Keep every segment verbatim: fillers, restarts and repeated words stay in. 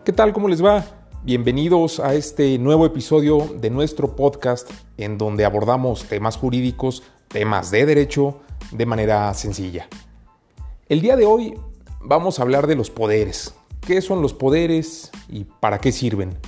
¿Qué tal? ¿Cómo les va? Bienvenidos a este nuevo episodio de nuestro podcast en donde abordamos temas jurídicos, temas de derecho de manera sencilla. El día de hoy vamos a hablar de los poderes. ¿Qué son los poderes y para qué sirven?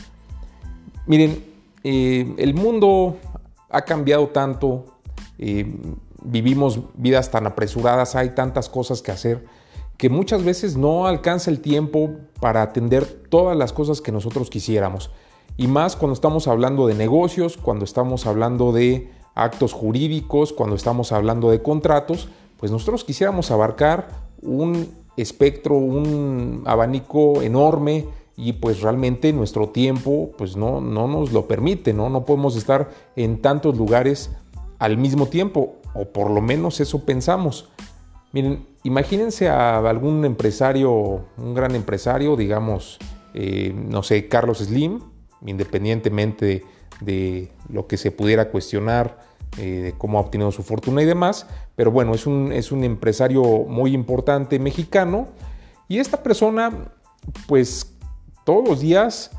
Miren, eh, el mundo ha cambiado tanto, eh, vivimos vidas tan apresuradas, hay tantas cosas que hacer que muchas veces no alcanza el tiempo para atender todas las cosas que nosotros quisiéramos. Y más cuando estamos hablando de negocios, cuando estamos hablando de actos jurídicos, cuando estamos hablando de contratos, pues nosotros quisiéramos abarcar un espectro, un abanico enorme y pues realmente nuestro tiempo pues no, no nos lo permite, ¿no? No podemos estar en tantos lugares al mismo tiempo, o por lo menos eso pensamos. Miren, imagínense a algún empresario, un gran empresario, digamos, eh, no sé, Carlos Slim, independientemente de, de lo que se pudiera cuestionar, eh, de cómo ha obtenido su fortuna y demás, pero bueno, es un, es un empresario muy importante mexicano y esta persona, pues, todos los días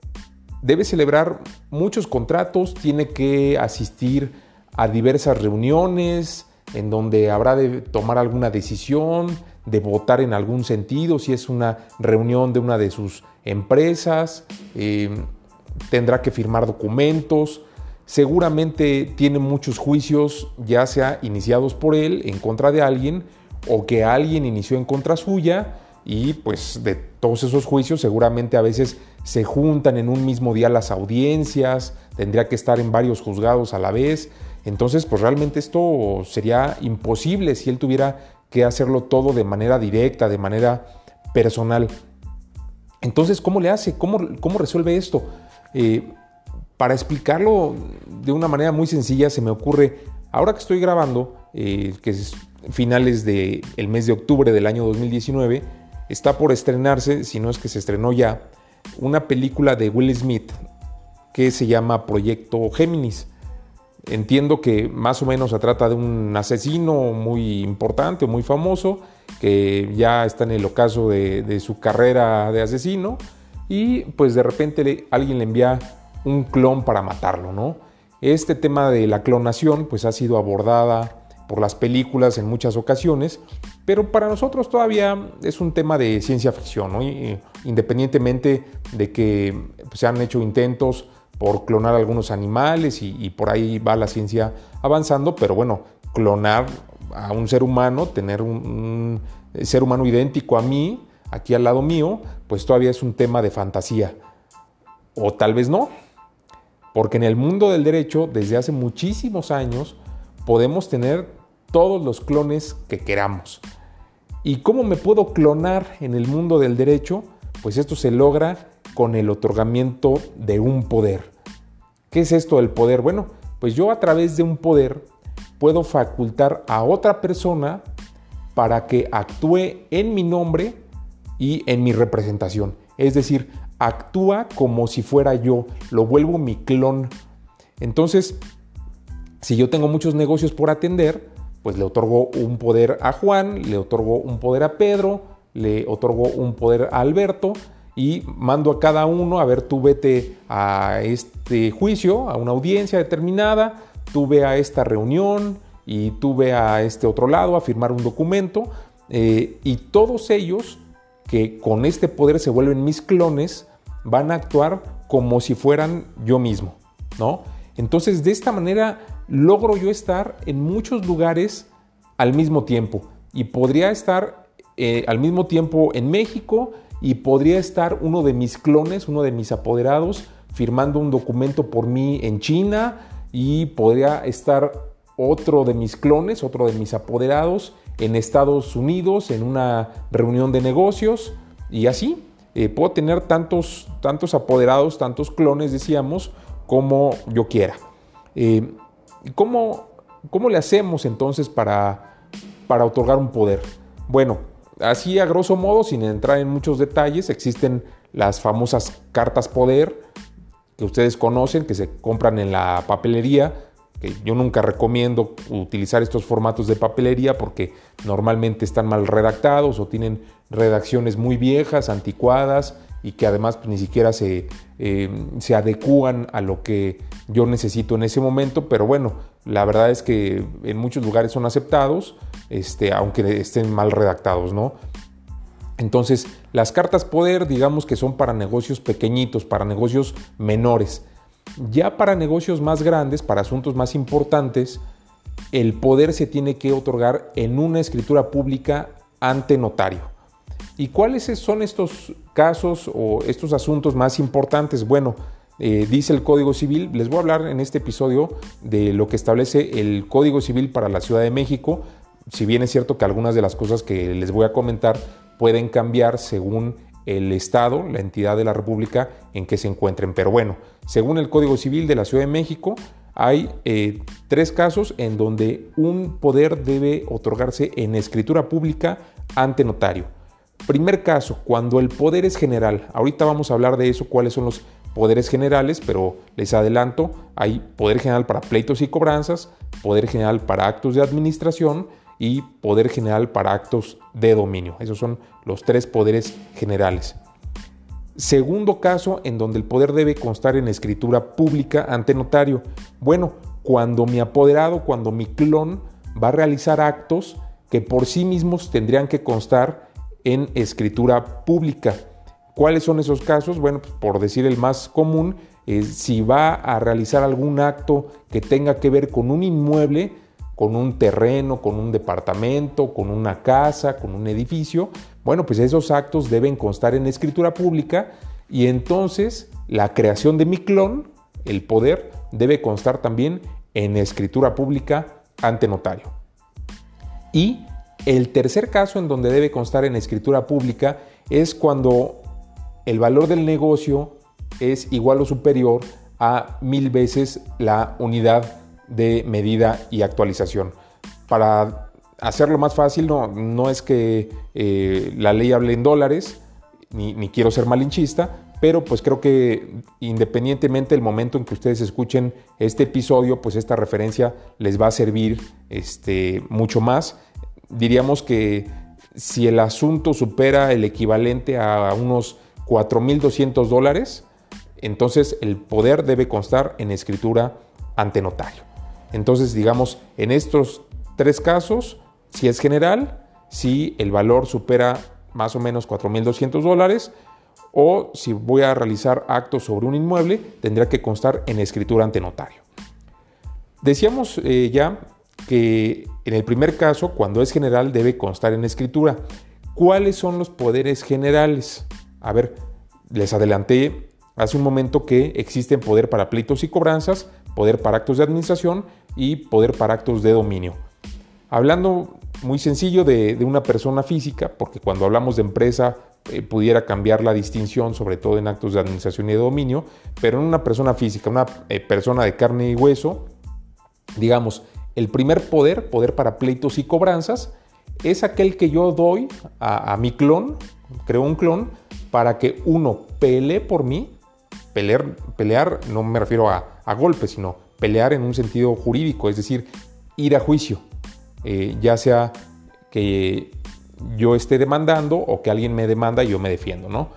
debe celebrar muchos contratos, tiene que asistir a diversas reuniones, en donde habrá de tomar alguna decisión, de votar en algún sentido, si es una reunión de una de sus empresas, eh, tendrá que firmar documentos, seguramente tiene muchos juicios, ya sea iniciados por él en contra de alguien o que alguien inició en contra suya, y pues de todos esos juicios seguramente a veces se juntan en un mismo día las audiencias, tendría que estar en varios juzgados a la vez. Entonces, pues realmente esto sería imposible si él tuviera que hacerlo todo de manera directa, de manera personal. Entonces, ¿cómo le hace? ¿Cómo, cómo resuelve esto? Eh, para explicarlo de una manera muy sencilla, se me ocurre, ahora que estoy grabando, eh, que es finales del mes de octubre del año dos mil diecinueve, está por estrenarse, si no es que se estrenó ya, una película de Will Smith que se llama Proyecto Géminis. Entiendo que más o menos se trata de un asesino muy importante, muy famoso, que ya está en el ocaso de, de su carrera de asesino y pues de repente le, alguien le envía un clon para matarlo, ¿no? Este tema de la clonación pues ha sido abordada por las películas en muchas ocasiones, pero para nosotros todavía es un tema de ciencia ficción, ¿no? Y, independientemente de que pues, se han hecho intentos por clonar algunos animales y, y por ahí va la ciencia avanzando, pero bueno, clonar a un ser humano, tener un, un ser humano idéntico a mí, aquí al lado mío, pues todavía es un tema de fantasía. O tal vez no, porque en el mundo del derecho, desde hace muchísimos años, podemos tener todos los clones que queramos. ¿Y cómo me puedo clonar en el mundo del derecho? Pues esto se logra con el otorgamiento de un poder. ¿Qué es esto del poder? Bueno, pues yo a través de un poder puedo facultar a otra persona para que actúe en mi nombre y en mi representación. Es decir, actúa como si fuera yo, lo vuelvo mi clon. Entonces, si yo tengo muchos negocios por atender, pues le otorgo un poder a Juan, le otorgo un poder a Pedro, le otorgo un poder a Alberto, y mando a cada uno, a ver, tú vete a este juicio, a una audiencia determinada, tú ve a esta reunión y tú ve a este otro lado a firmar un documento, eh, y todos ellos que con este poder se vuelven mis clones van a actuar como si fueran yo mismo, ¿no? Entonces, de esta manera logro yo estar en muchos lugares al mismo tiempo y podría estar eh, al mismo tiempo en México, y podría estar uno de mis clones, uno de mis apoderados, firmando un documento por mí en China, y podría estar otro de mis clones, otro de mis apoderados en Estados Unidos, en una reunión de negocios, y así eh, puedo tener tantos, tantos apoderados, tantos clones, decíamos, como yo quiera. Eh, ¿cómo, ¿Cómo le hacemos entonces para, para otorgar un poder? Bueno, así a grosso modo, sin entrar en muchos detalles, existen las famosas cartas poder que ustedes conocen, que se compran en la papelería, que yo nunca recomiendo utilizar estos formatos de papelería porque normalmente están mal redactados o tienen redacciones muy viejas, anticuadas, y que además pues, ni siquiera se, eh, se adecúan a lo que yo necesito en ese momento, pero bueno, la verdad es que en muchos lugares son aceptados, este, aunque estén mal redactados, ¿no? Entonces, las cartas poder, digamos que son para negocios pequeñitos, para negocios menores. Ya para negocios más grandes, para asuntos más importantes, el poder se tiene que otorgar en una escritura pública ante notario. ¿Y cuáles son estos casos o estos asuntos más importantes? Bueno, eh, dice el Código Civil, les voy a hablar en este episodio de lo que establece el Código Civil para la Ciudad de México, si bien es cierto que algunas de las cosas que les voy a comentar pueden cambiar según el Estado, la entidad de la República en que se encuentren. Pero bueno, según el Código Civil de la Ciudad de México, hay eh, tres casos en donde un poder debe otorgarse en escritura pública ante notario. Primer caso, cuando el poder es general. Ahorita vamos a hablar de eso, cuáles son los poderes generales, pero les adelanto, hay poder general para pleitos y cobranzas, poder general para actos de administración y poder general para actos de dominio. Esos son los tres poderes generales. Segundo caso en donde el poder debe constar en escritura pública ante notario. Bueno, cuando mi apoderado, cuando mi clon va a realizar actos que por sí mismos tendrían que constar en escritura pública. ¿Cuáles son esos casos? Bueno, pues por decir el más común, eh, si va a realizar algún acto que tenga que ver con un inmueble, con un terreno, con un departamento, con una casa, con un edificio, bueno, pues esos actos deben constar en escritura pública y entonces la creación de mi clon, el poder, debe constar también en escritura pública ante notario. Y el tercer caso en donde debe constar en escritura pública es cuando el valor del negocio es igual o superior a mil veces la unidad de medida y actualización. Para hacerlo más fácil, no, no es que eh, la ley hable en dólares, ni, ni quiero ser malinchista, pero pues creo que independientemente del momento en que ustedes escuchen este episodio, pues esta referencia les va a servir este, mucho más. Diríamos que si el asunto supera el equivalente a unos cuatro mil doscientos dólares, entonces el poder debe constar en escritura ante notario. Entonces, digamos, en estos tres casos, si es general, si el valor supera más o menos cuatro mil doscientos dólares, o si voy a realizar actos sobre un inmueble, tendrá que constar en escritura ante notario. Decíamos eh, ya que en el primer caso, cuando es general, debe constar en escritura. ¿Cuáles son los poderes generales? A ver, les adelanté hace un momento que existen poder para pleitos y cobranzas, poder para actos de administración y poder para actos de dominio. Hablando muy sencillo de, de una persona física, porque cuando hablamos de empresa eh, pudiera cambiar la distinción, sobre todo en actos de administración y de dominio, pero en una persona física, una eh, persona de carne y hueso, digamos, el primer poder, poder para pleitos y cobranzas, es aquel que yo doy a, a mi clon, creo un clon, para que uno pelee por mí. Pelear, pelear no me refiero a, a golpes, sino pelear en un sentido jurídico, es decir, ir a juicio, eh, ya sea que yo esté demandando o que alguien me demanda y yo me defiendo, ¿no?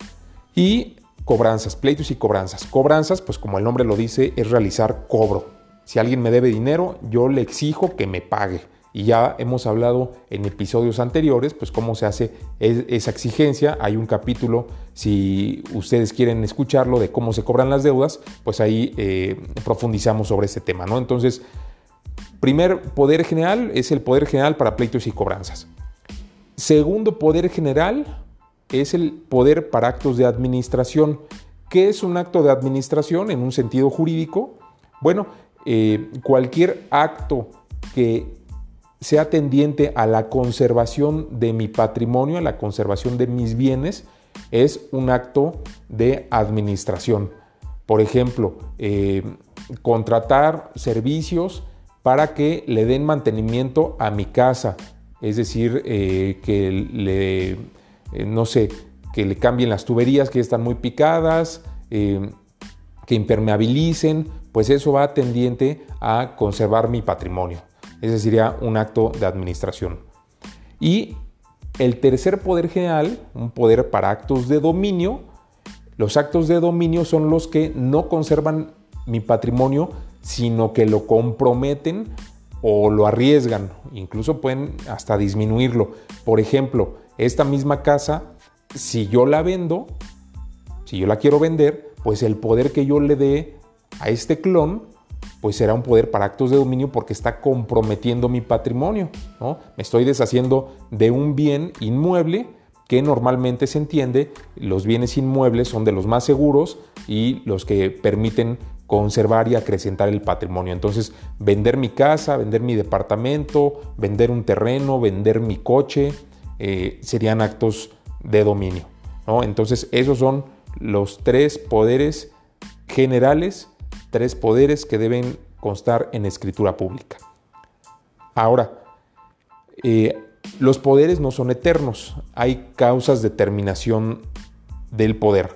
Y cobranzas, pleitos y cobranzas. Cobranzas, pues como el nombre lo dice, es realizar cobro. Si alguien me debe dinero, yo le exijo que me pague. Y ya hemos hablado en episodios anteriores, pues cómo se hace esa exigencia. Hay un capítulo, si ustedes quieren escucharlo, de cómo se cobran las deudas, pues ahí eh, profundizamos sobre este tema, ¿no? Entonces, primer poder general es el poder general para pleitos y cobranzas. Segundo poder general es el poder para actos de administración. ¿Qué es un acto de administración en un sentido jurídico? Bueno, eh, cualquier acto que sea tendiente a la conservación de mi patrimonio, a la conservación de mis bienes, es un acto de administración. Por ejemplo, eh, contratar servicios para que le den mantenimiento a mi casa, es decir, eh, que le, eh, no sé, que le cambien las tuberías que ya están muy picadas, eh, que impermeabilicen, pues eso va tendiente a conservar mi patrimonio. Ese sería un acto de administración. Y el tercer poder general, un poder para actos de dominio, Los actos de dominio son los que no conservan mi patrimonio, sino que lo comprometen o lo arriesgan, incluso pueden hasta disminuirlo. Por ejemplo, esta misma casa, si yo la vendo, si yo la quiero vender, pues el poder que yo le dé a este clon, pues será un poder para actos de dominio porque está comprometiendo mi patrimonio, ¿no? Me estoy deshaciendo de un bien inmueble que normalmente se entiende, los bienes inmuebles son de los más seguros y los que permiten conservar y acrecentar el patrimonio. Entonces, vender mi casa, vender mi departamento, vender un terreno, vender mi coche, eh, serían actos de dominio, ¿no? Entonces, esos son los tres poderes generales, tres poderes que deben constar en escritura pública. Ahora, eh, los poderes no son eternos, hay causas de terminación del poder.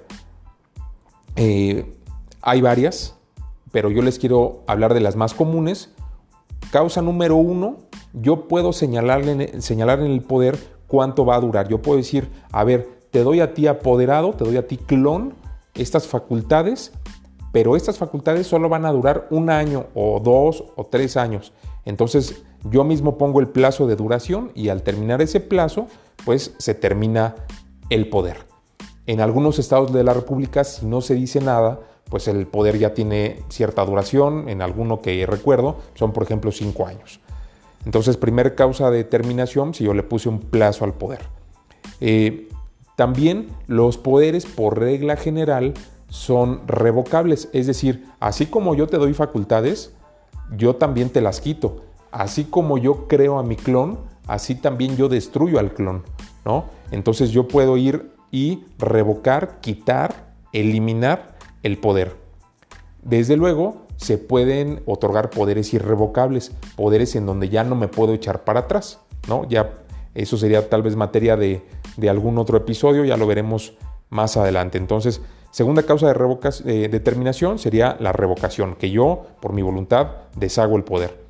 Eh, hay varias, pero yo les quiero hablar de las más comunes. Causa número uno, yo puedo señalar en, señalar en el poder cuánto va a durar. Yo puedo decir, a ver, te doy a ti apoderado, te doy a ti clon estas facultades, pero estas facultades solo van a durar un año o dos o tres años. Entonces yo mismo pongo el plazo de duración y al terminar ese plazo, pues se termina el poder. En algunos estados de la República, si no se dice nada, pues el poder ya tiene cierta duración. En alguno que recuerdo son, por ejemplo, cinco años. Entonces, primer causa de terminación, si yo le puse un plazo al poder. Eh, también los poderes, por regla general, son revocables. Es decir, así como yo te doy facultades, yo también te las quito. Así como yo creo a mi clon, así también yo destruyo al clon, ¿no? Entonces yo puedo ir y revocar, quitar, eliminar el poder. Desde luego, se pueden otorgar poderes irrevocables, poderes en donde ya no me puedo echar para atrás, ¿no? Ya eso sería tal vez materia de, de algún otro episodio, ya lo veremos más adelante. Entonces, segunda causa de, revocas, eh, de terminación sería la revocación, que yo, por mi voluntad, deshago el poder.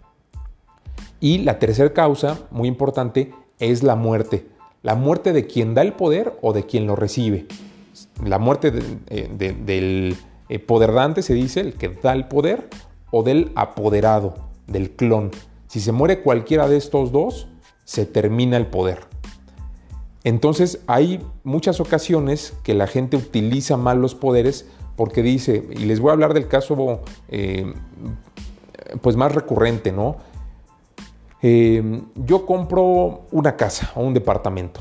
Y la tercera causa, muy importante, es la muerte. La muerte de quien da el poder o de quien lo recibe. La muerte de, de, del poder dante, se dice, el que da el poder, o del apoderado, del clon. Si se muere cualquiera de estos dos, se termina el poder. Entonces hay muchas ocasiones que la gente utiliza mal los poderes porque dice, y les voy a hablar del caso eh, pues más recurrente, ¿no? Eh, yo compro una casa o un departamento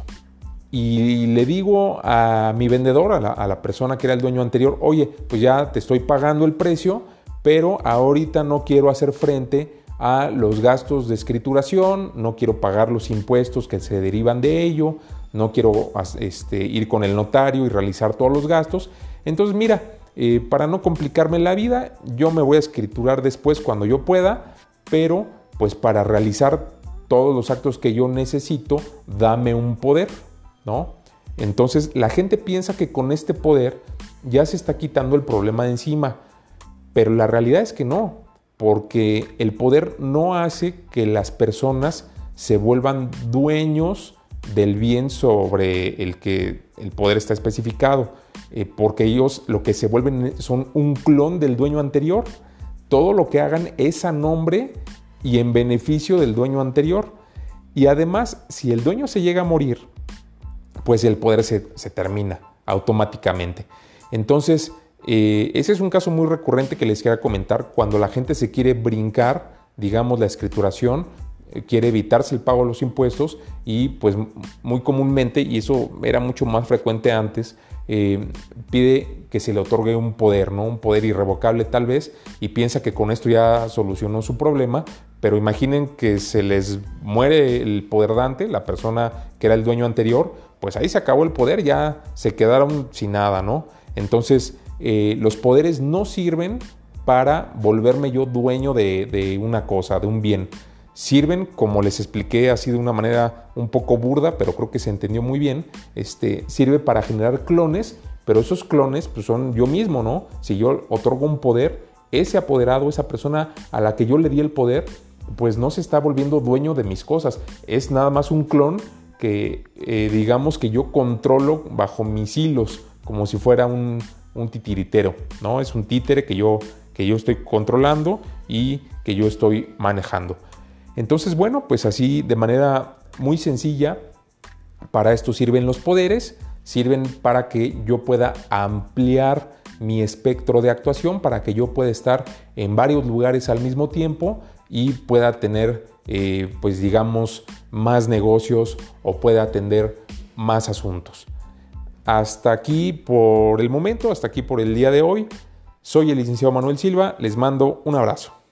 y le digo a mi vendedor, a la, a la persona que era el dueño anterior, oye, pues ya te estoy pagando el precio, pero ahorita no quiero hacer frente a los gastos de escrituración, no quiero pagar los impuestos que se derivan de ello, no quiero este, ir con el notario y realizar todos los gastos. Entonces, mira, eh, para no complicarme la vida, yo me voy a escriturar después cuando yo pueda, pero pues para realizar todos los actos que yo necesito, dame un poder, ¿no? Entonces, la gente piensa que con este poder ya se está quitando el problema de encima, pero la realidad es que no, porque el poder no hace que las personas se vuelvan dueños del bien sobre el que el poder está especificado, eh, porque ellos lo que se vuelven son un clon del dueño anterior. Todo lo que hagan es a nombre y en beneficio del dueño anterior. Y además, si el dueño se llega a morir, pues el poder se, se termina automáticamente. Entonces, eh, ese es un caso muy recurrente que les quiero comentar cuando la gente se quiere brincar, digamos, la escrituración, eh, quiere evitarse el pago de los impuestos y pues muy comúnmente, y eso era mucho más frecuente antes, eh, pide que se le otorgue un poder, ¿no? Un poder irrevocable tal vez, y piensa que con esto ya solucionó su problema, pero imaginen que se les muere el poder dante, la persona que era el dueño anterior, pues ahí se acabó el poder, ya se quedaron sin nada, ¿no? Entonces, eh, los poderes no sirven para volverme yo dueño de, de una cosa, de un bien. Sirven, como les expliqué así de una manera un poco burda, pero creo que se entendió muy bien, este, sirve para generar clones, pero esos clones pues, son yo mismo, ¿no? Si yo otorgo un poder, ese apoderado, esa persona a la que yo le di el poder, pues no se está volviendo dueño de mis cosas. Es nada más un clon que eh, digamos que yo controlo bajo mis hilos, como si fuera un, un titiritero, ¿no? Es un títere que yo, que yo estoy controlando y que yo estoy manejando. Entonces, bueno, pues así de manera muy sencilla, para esto sirven los poderes, sirven para que yo pueda ampliar mi espectro de actuación, para que yo pueda estar en varios lugares al mismo tiempo y pueda tener, eh, pues digamos, más negocios o pueda atender más asuntos. Hasta aquí por el momento, hasta aquí por el día de hoy. Soy el licenciado Manuel Silva, les mando un abrazo.